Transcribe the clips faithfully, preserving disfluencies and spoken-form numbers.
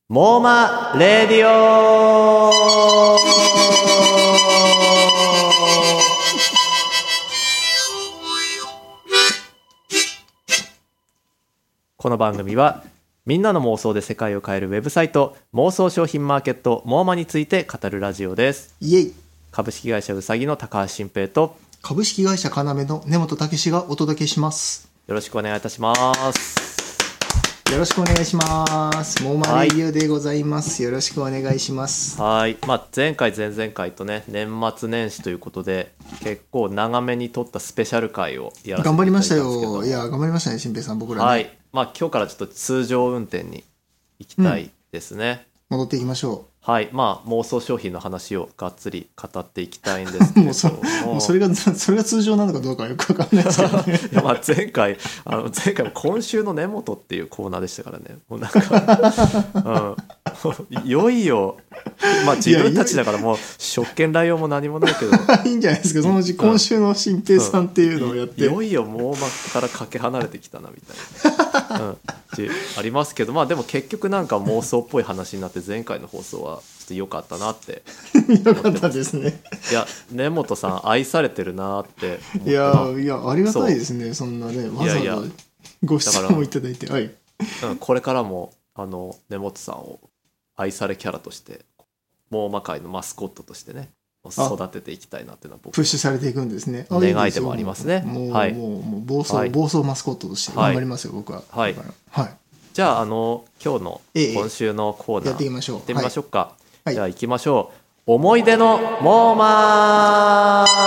モーマレディオ。この番組はみんなの妄想で世界を変えるウェブサイト妄想商品マーケットモーマについて語るラジオです。 イエイ。 株式会社うさぎの高橋新平と株式会社かなめの根本武史がお届けします。 よろしくお願いいたします。 よろしくお願いします。モーマレディオでございます、はい、よろしくお願いします。 はい、まあ、前回前々回とね年末年始ということで結構長めに撮ったスペシャル回をやらせていただいたんですけど、 頑張りましたよ。いや頑張りましたね新平さん、僕らね。 はい、まあ、今日からちょっと通常運転に行きたいですね、 うん、戻っていきましょう。はい、 まあ、妄想商品の話をがっつり語っていきたいんですけどもうそもうそれがそれが通常なのかどうかはよく分かんないですけどね。 いやまあ前回あの前回も今週の根本っていうコーナーでしたからね。もうなんか、うん、いよいよ、まあ、自分たちだからもう食券乱用も何もないけどいいんじゃないですか。そのうち今週の新平さんっていうのをやって、 うんうん、い, いよいよもう真からかけ離れてきたなみたいな、うん、ありますけど、まあでも結局なんか妄想っぽい話になって前回の放送はちょっと良かったなってよかったですね。 いや根本さん愛されてるなって思った。 いやいやありがたいですね。 そ, そんなねわざわざご質問いただいて、はい、 うん、これからもあの根本さんを愛されキャラとしてモーマ界のマスコットとしてね育てていきたいなっていうのは僕プッシュされていくんですね。 願いでもありますね。 もう、 はい、 もうもう暴走、はい、暴走マスコットとして頑張りますよ、はい、僕は。 はい、はい、じゃあ、あの今日の今週のコーナー、 ええ、やってみましょう。 やってみましょうか、 はい、 じゃあ行きましょう。思い出のモーマー。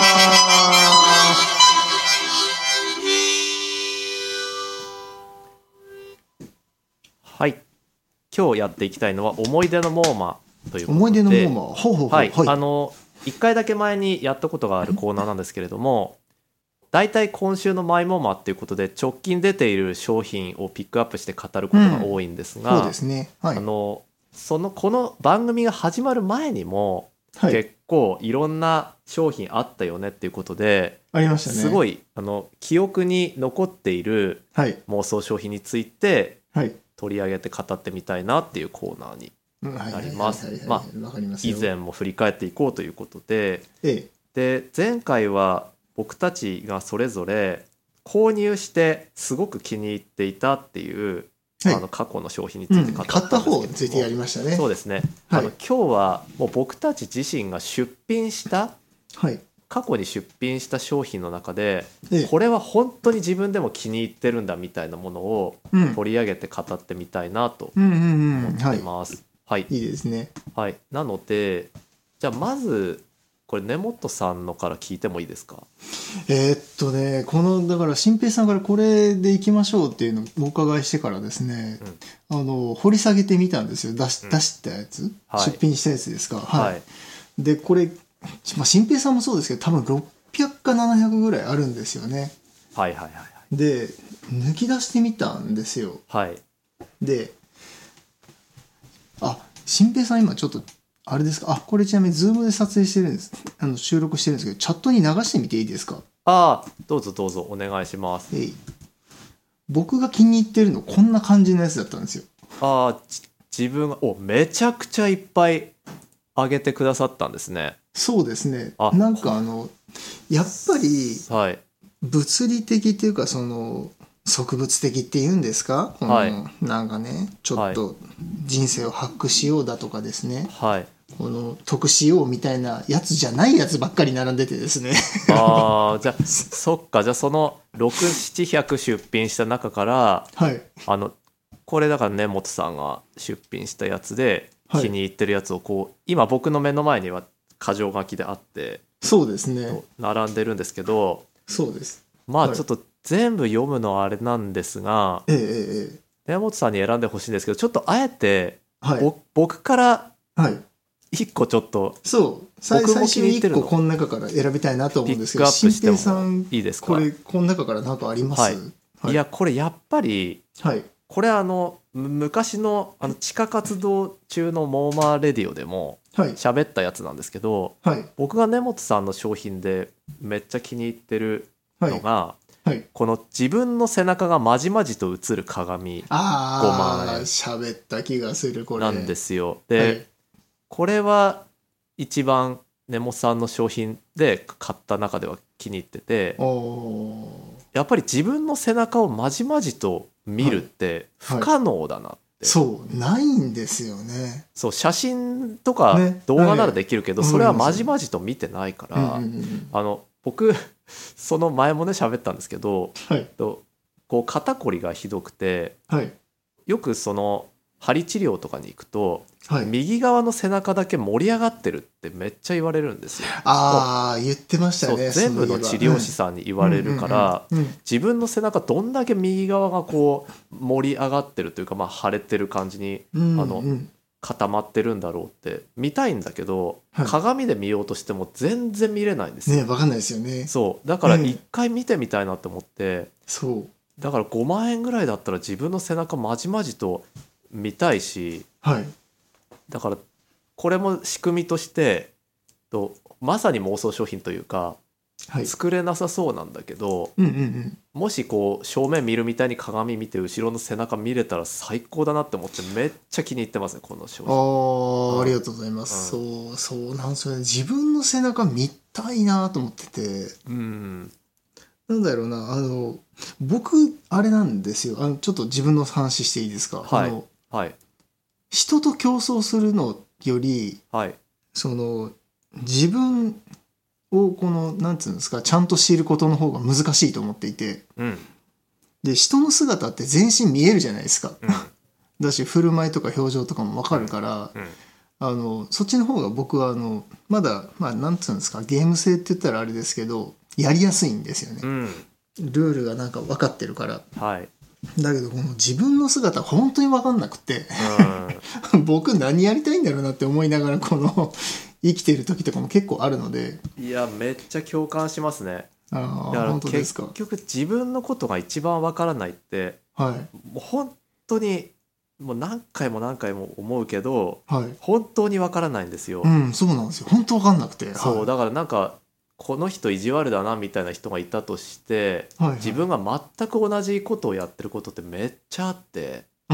はい、今日やっていきたいのは思い出のモーマーということで、 思い出のモーマー、ほうほうほう、 はい、はい、あのいっかいだけ前にやったことがあるコーナーなんですけれども、だいたい今週のマイモーマーっていうことで直近出ている商品をピックアップして語ることが多いんですが、 うん、そうですね、はい、 あのそのこの番組が始まる前にも、はい、結構いろんな商品あったよねっていうことでありましたね。 すごいあの記憶に残っている妄想商品について取り上げて語ってみたいなっていうコーナーになります。まあ以前も振り返っていこうということで、 ええ、で前回は僕たちがそれぞれ購入してすごく気に入っていたっていう、はい、あの過去の商品について語ったんですけど、うん、 買った方についてやりましたね。 そうですね、はい、あの今日はもう僕たち自身が出品した、はい、過去に出品した商品の中で、ええ、これは本当に自分でも気に入ってるんだみたいなものを取り上げて語ってみたいなと思っています。はい、 いいですね。 はい、なのでじゃあまずこれ根本さんのから聞いてもいいですか。 えー、っとねこのだから新平さんからこれでいきましょうっていうのをお伺いしてからですね、うん、あの掘り下げてみたんですよ。出し、うん、出したやつ、はい、出品したやつですか。はい、はい、でこれ、まあ、新平さんもそうですけど多分ろっぴゃくかななひゃくぐらいあるんですよね。 はいはいはい、はい、 で抜き出してみたんですよ。 はい、 であ新平さん今ちょっとあれですか。あこれちなみにズームで撮影してるんですあの収録してるんですけどチャットに流してみていいですか。 ああどうぞどうぞお願いします。 えい僕が気に入ってるのこんな感じのやつだったんですよ。 ああ自分がおめちゃくちゃいっぱいあげてくださったんですね。 そうですね。なんかあのやっぱり物理的っていうかその植物的っていうんですか、はい、なんかねちょっと人生をハックしようだとかですね、はい、この得しようみたいなやつじゃないやつばっかり並んでてですねあじゃあそっかじゃあそのろく、ななひゃく出品した中から、はい、あのこれだから根本さんが出品したやつで気に入ってるやつをこう、はい、今僕の目の前には箇条書きであってそうですね並んでるんですけどそうですまあちょっと全部読むのはあれなんですが、 ええええ、 根本さんに選んでほしいんですけどちょっとあえて、 はい、 僕からいっこちょっと、 そう最初にいっここの中から選びたいなと思うんですけど新平さんいいですか。 これこの中から何かあります。 はいはい、いやこれやっぱり、はい、これあの昔 の, あの地下活動中のモーマーレディオでも喋ったやつなんですけど、はい、僕が根本さんの商品でめっちゃ気に入ってるのが、はいはい、 この自分の背中がまじまじと映る鏡ごまんえん喋った気がするこれなんですよ。で、はい、これは一番根本さんの商品で買った中では気に入ってて、やっぱり自分の背中をまじまじと見るって不可能だなって、はいはい、 そうないんですよね。 そう写真とか動画ならできるけど、ね、それはまじまじと見てないから、うんうんうん、あの僕その前もね喋ったんですけど、 はい、 こう肩こりがひどくて、 はい、 よくその針治療とかに行くと、 はい、 右側の背中だけ盛り上がってるってめっちゃ言われるんですよ。 ああ言ってましたね。 そう全部の治療師さんに言われるから、自分の背中どんだけ右側がこう盛り上がってるというか、まあ、腫れてる感じに、 うんうん、 あの固まってるんだろうって見たいんだけど、 はい、 鏡で見ようとしても全然見れないんですよ。 ね、分かんないですよね。 そうだから一回見てみたいなと思って、 うん、そうだからごまんえんぐらいだったら自分の背中まじまじと見たいし、 はい、 だからこれも仕組みとしてとまさに妄想商品というか、 はい、 作れなさそうなんだけど、 うんうんうん、 もしこう正面見るみたいに鏡見て後ろの背中見れたら最高だなって思ってめっちゃ気に入ってますねこの商品。 あ、うん、ありがとうございます、うん、そうそうなんですよね。自分の背中見たいなと思ってて、 うん、 なんだろうな、あの僕あれなんですよ。あのちょっと自分の話していいですか。 はい、 あのはい、 人と競争するのより、 はい、 その自分をこのなんつうんですかちゃんと知ることの方が難しいと思っていて、 うん、 で人の姿って全身見えるじゃないですか、 うん、 だし振る舞いとか表情とかも分かるから、 うんうん、 あのそっちの方が僕はあのまだまあなんつうんですかゲーム性って言ったらあれですけどやりやすいんですよね、 うん、 ルールがなんか分かってるから、 はい、 だけどこの自分の姿本当に分かんなくて、うん、僕何やりたいんだろうなって思いながらこの生きてる時とかも結構あるので。 いやめっちゃ共感しますね。 あ、 だから本当ですか。 結局自分のことが一番わからないって、 はい、 もう本当にもう何回も何回も思うけど、 はい、 本当にわからないんですよ。 うん、そうなんですよ。本当わかんなくて。 そう、 はい、 だからなんかこの人意地悪だなみたいな人がいたとして、はいはい、自分が全く同じことをやってることってめっちゃあって、 うん、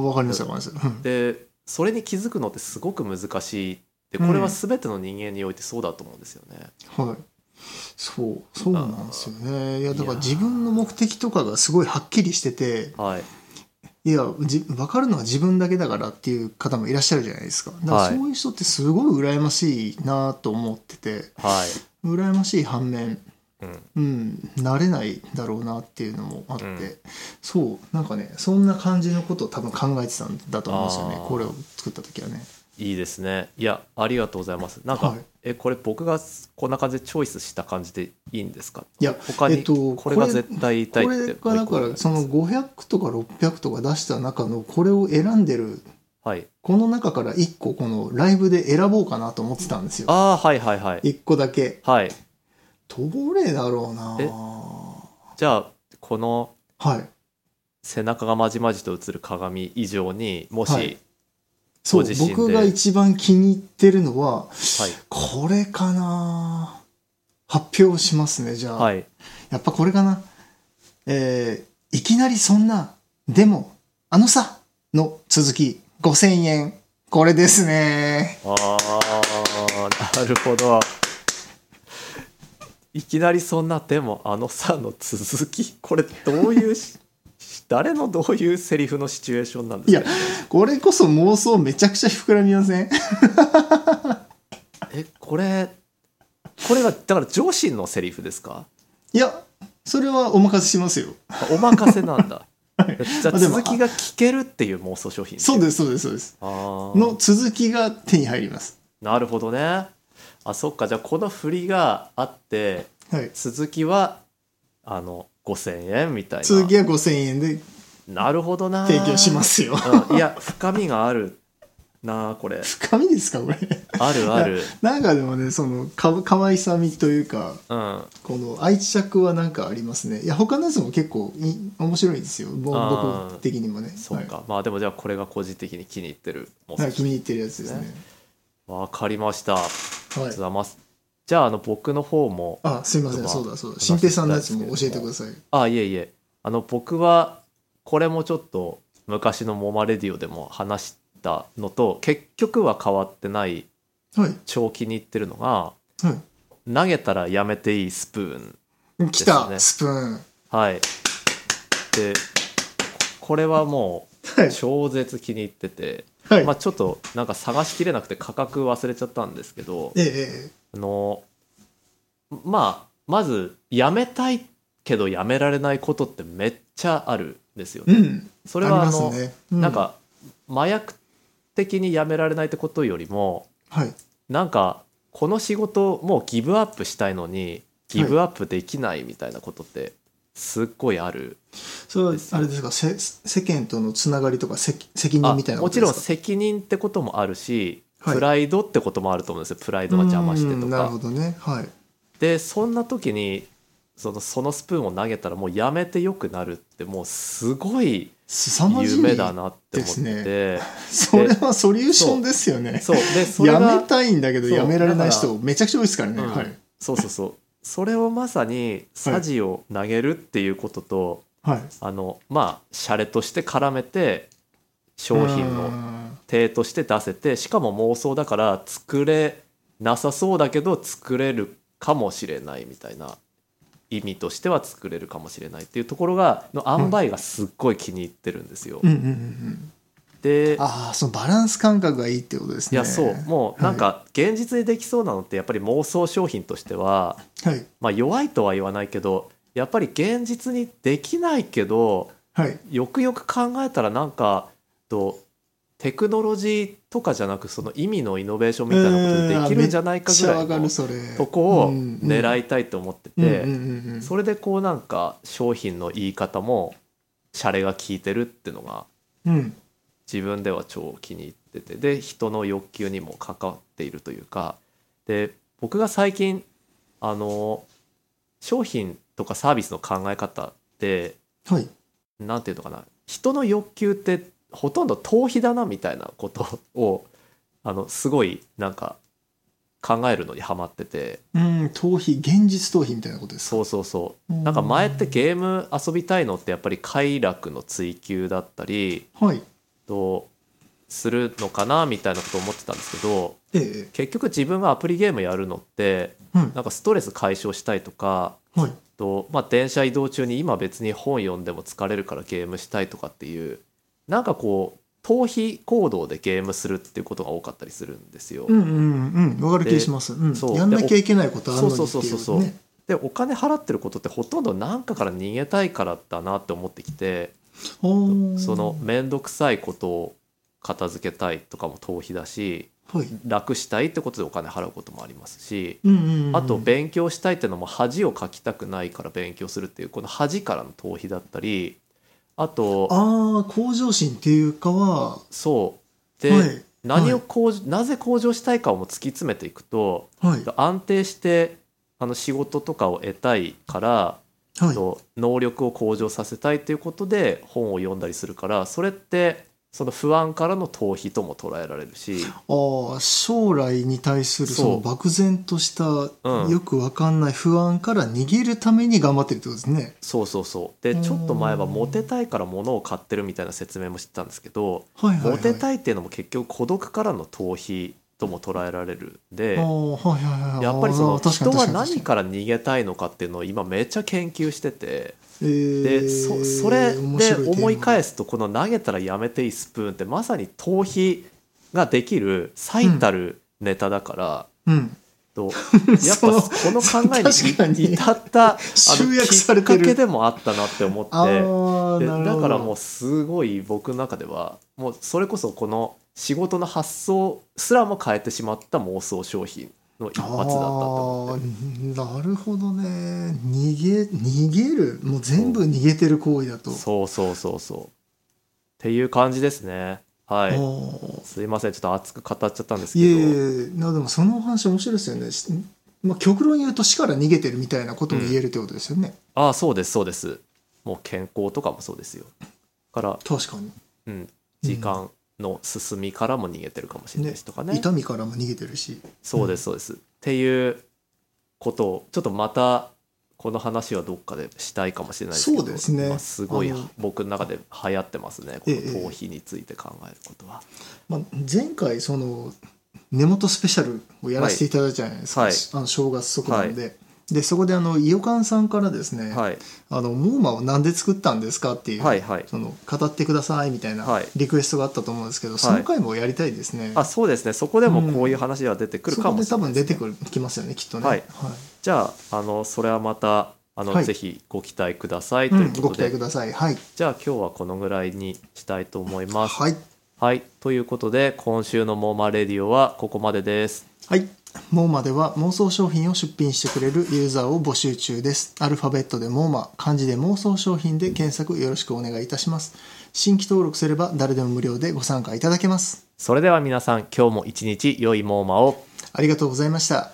わかりますわかります。 でそれに気づくのってすごく難しい。でこれは全ての人間においてそうだと思うんですよね、 うん、はい、そうそうなんですよね。いやだから自分の目的とかがすごいはっきりしてて、 はい、 いやじ分かるのは自分だけだからっていう方もいらっしゃるじゃないですか。だからそういう人ってすごい羨ましいなと思ってて、 はい、 羨ましい反面、 うんうん、慣れないだろうなっていうのもあって、うん、そうなんかねそんな感じのことを多分考えてたんだと思うんですよねこれを作った時はね。 いいですね。いやありがとうございます。なんか、はい、えこれ僕がこんな感じでチョイスした感じでいいんですか。 いや他にこれが絶対言いたいってこれがだからそのごひゃくとかろっぴゃくとか出した中のこれを選んでる、 はい、 この中からいっここのライブで選ぼうかなと思ってたんですよ。 ああはいはいはい。 いっこだけ。 はい。 どれだろうな。 えじゃあこのはい背中がまじまじと映る鏡以上にもし、はい、 そう僕が一番気に入ってるのは、 はい、 これかな。発表しますねじゃあ、 はい、 やっぱこれかな。えー、いきなりそんなでもあのさの続きごせんえんこれですね。 あーなるほど。いきなりそんなでもあのさの続きこれどういう誰のどういうセリフのシチュエーションなんですか、ね、 いやこれこそ妄想めちゃくちゃ膨らみませんえこれこれはだから上司のセリフですか。 いやそれはお任せしますよ。 お任せなんだじゃあ続きが聞けるっていう妄想商品。 そうですそうですそうです。あの続きが手に入ります。 なるほどね。あそっかじゃあこの振りがあって、はい、続きはあのごせんえんみたいな。 続きはごせんえんでなるほどな提供しますよ、 うん、いや深みがあるなこれ。 深みですかこれ。 あるある。 なんかでもねそのかかわいさみというか、 うん、 この愛着はなんかありますね。いや他のやつも結構い面白いですよ僕的にもね。 そうか、はい、まあでもじゃあこれが個人的に気に入ってるもの、はい、気に入ってるやつですね。 わかりました。ありがとうございます。 じゃああの僕の方もあすいませんそうだそうだ新平さんのやつも教えてください。 あいえいえあの僕はこれもちょっと昔のモマレディオでも話したのと結局は変わってない、はい、超気に入ってるのが、はい、投げたらやめていいスプーンですね。 きたスプーン。 はい。でこれはもう超絶気に入ってて、はい、まあちょっとなんか探しきれなくて価格忘れちゃったんですけど、ええ、あのまあまずやめたいけどやめられないことってめっちゃあるんですよね。うん、それはあの、ねうん、なんか麻薬的にやめられないってことよりも、はい、なんかこの仕事もうギブアップしたいのにギブアップできないみたいなことってすっごいある。 それはあれですか、せ世間とのつながりとか責任みたいなことですか。 もちろん責任ってこともあるし、はい、プライドってこともあると思うんですよ。プライドが邪魔してとか。 なるほどね、はい、 でそんな時にその、そのスプーンを投げたらもうやめてよくなるってもうすごい夢だなって思って、ね、 それはソリューションですよね。そうでそれがやめたいんだけどやめられない人めちゃくちゃ多いですからね、うんはい、 そうそうそうそれをまさにサジを投げるっていうことと、はい、あのまあシャレとして絡めて商品の体として出せて、しかも妄想だから作れなさそうだけど作れるかもしれないみたいな、意味としては作れるかもしれないっていうところがの塩梅がすっごい気に入ってるんですよ。うんうんうんうん、でああそのバランス感覚がいいってことですね。 いやそうもうなんか現実にできそうなのってやっぱり妄想商品としては、はい、まあ弱いとは言わないけどやっぱり現実にできないけど、はい、よくよく考えたらなんかとテクノロジーとかじゃなくその意味のイノベーションみたいなことでできるんじゃないかぐらいのとこを狙いたいと思ってて、それでこうなんか商品の言い方もシャレが効いてるっていうのが自分では超気に入ってて、で人の欲求にも関わっているというか、で僕が最近あの商品とかサービスの考え方って、はい、なんていうのかな、人の欲求ってほとんど逃避だなみたいなことをあのすごいなんか考えるのにハマってて、 うん逃避現実逃避みたいなことですか。 そうそうそう、なんか前ってゲーム遊びたいのってやっぱり快楽の追求だったり、はい、とするのかなみたいなことを思ってたんですけど、ええ、結局自分がアプリゲームやるのって、うん、なんかストレス解消したいとか、はいとまあ、電車移動中に今別に本読んでも疲れるからゲームしたいとかっていうなんかこう逃避行動でゲームするっていうことが多かったりするんですよ。 うんうんうん分かる気がします、うん、そうやんなきゃいけないことあるのにっていうね。そうそうそうそうでお金払ってることってほとんど何かから逃げたいからだなって思ってきて、その面倒くさいことを片付けたいとかも逃避だし、はい、楽したいってことでお金払うこともありますし、うんうんうん、あと勉強したいっていうのも恥をかきたくないから勉強するっていうこの恥からの逃避だったり、あとあ向上心っていうかはそうで、はい、何を向、はい、なぜ向上したいかをも突き詰めていくと、はい、安定してあの仕事とかを得たいから、はい、と能力を向上させたいということで本を読んだりするから、それってその不安からの逃避とも捉えられるし、 あ将来に対するその漠然とした、うん、よく分かんない不安から逃げるために頑張ってるってことですね。 そうそうそうでちょっと前はモテたいから物を買ってるみたいな説明もしてたんですけど、はいはいはい、モテたいっていうのも結局孤独からの逃避とも捉えられるんで、はいはいはい、やっぱりその人は何から逃げたいのかっていうのを今めっちゃ研究してて、えー、で そ, それで思い返すとこの投げたらやめていいスプーンってまさに逃避ができる最たるネタだから、うんうん、とやっぱこの考えに至ったあのきっかけでもあったなって思ってでだからもうすごい僕の中ではもうそれこそこの仕事の発想すらも変えてしまった妄想商品の一発だったと思って。 なるほどね。逃げ逃げるもう全部逃げてる行為だと。 そうそうそうそうっていう感じですね。はい。すいませんちょっと熱く語っちゃったんですけど。いえいえなでもその話面白いですよね。まあ、極論言うと死から逃げてるみたいなことも言えるってことですよね。 うん、ああそうですそうです。もう健康とかもそうですよ。から確かに、 うん、時間の進みからも逃げてるかもしれないしとかね。ね痛みからも逃げてるし。 そうですそうです、うん、っていうことをちょっとまたこの話はどっかでしたいかもしれないですけど、 そうですね、 まあ、すごい僕の中で流行ってますね、この頭皮について考えることは。 ええ、まあ、前回その根元スペシャルをやらせていただいたじゃないですか、はい、あの正月特番で、はい、でそこであのイオカンさんからですね、はい、あのモーマをなんで作ったんですかっていう、はいはい、その語ってくださいみたいなリクエストがあったと思うんですけど、はい、その回もやりたいですね、はい、 あそうですね、そこでもこういう話は出てくるかもしれないですね、 うん、そこで多分出てくるきますよねきっとね、 はいはい、じゃあ、あのそれはまたあの、はい、ぜひご期待くださいということで、うん、 ご期待ください、はい、 じゃあ今日はこのぐらいにしたいと思います。 はい、 はい、ということで今週のモーマレディオはここまでです。 はい、モーマでは妄想商品を出品してくれるユーザーを募集中です。アルファベットでモーマ、漢字で妄想商品で検索よろしくお願いいたします。新規登録すれば誰でも無料でご参加いただけます。 それでは皆さん、今日も一日良いモーマを。 ありがとうございました。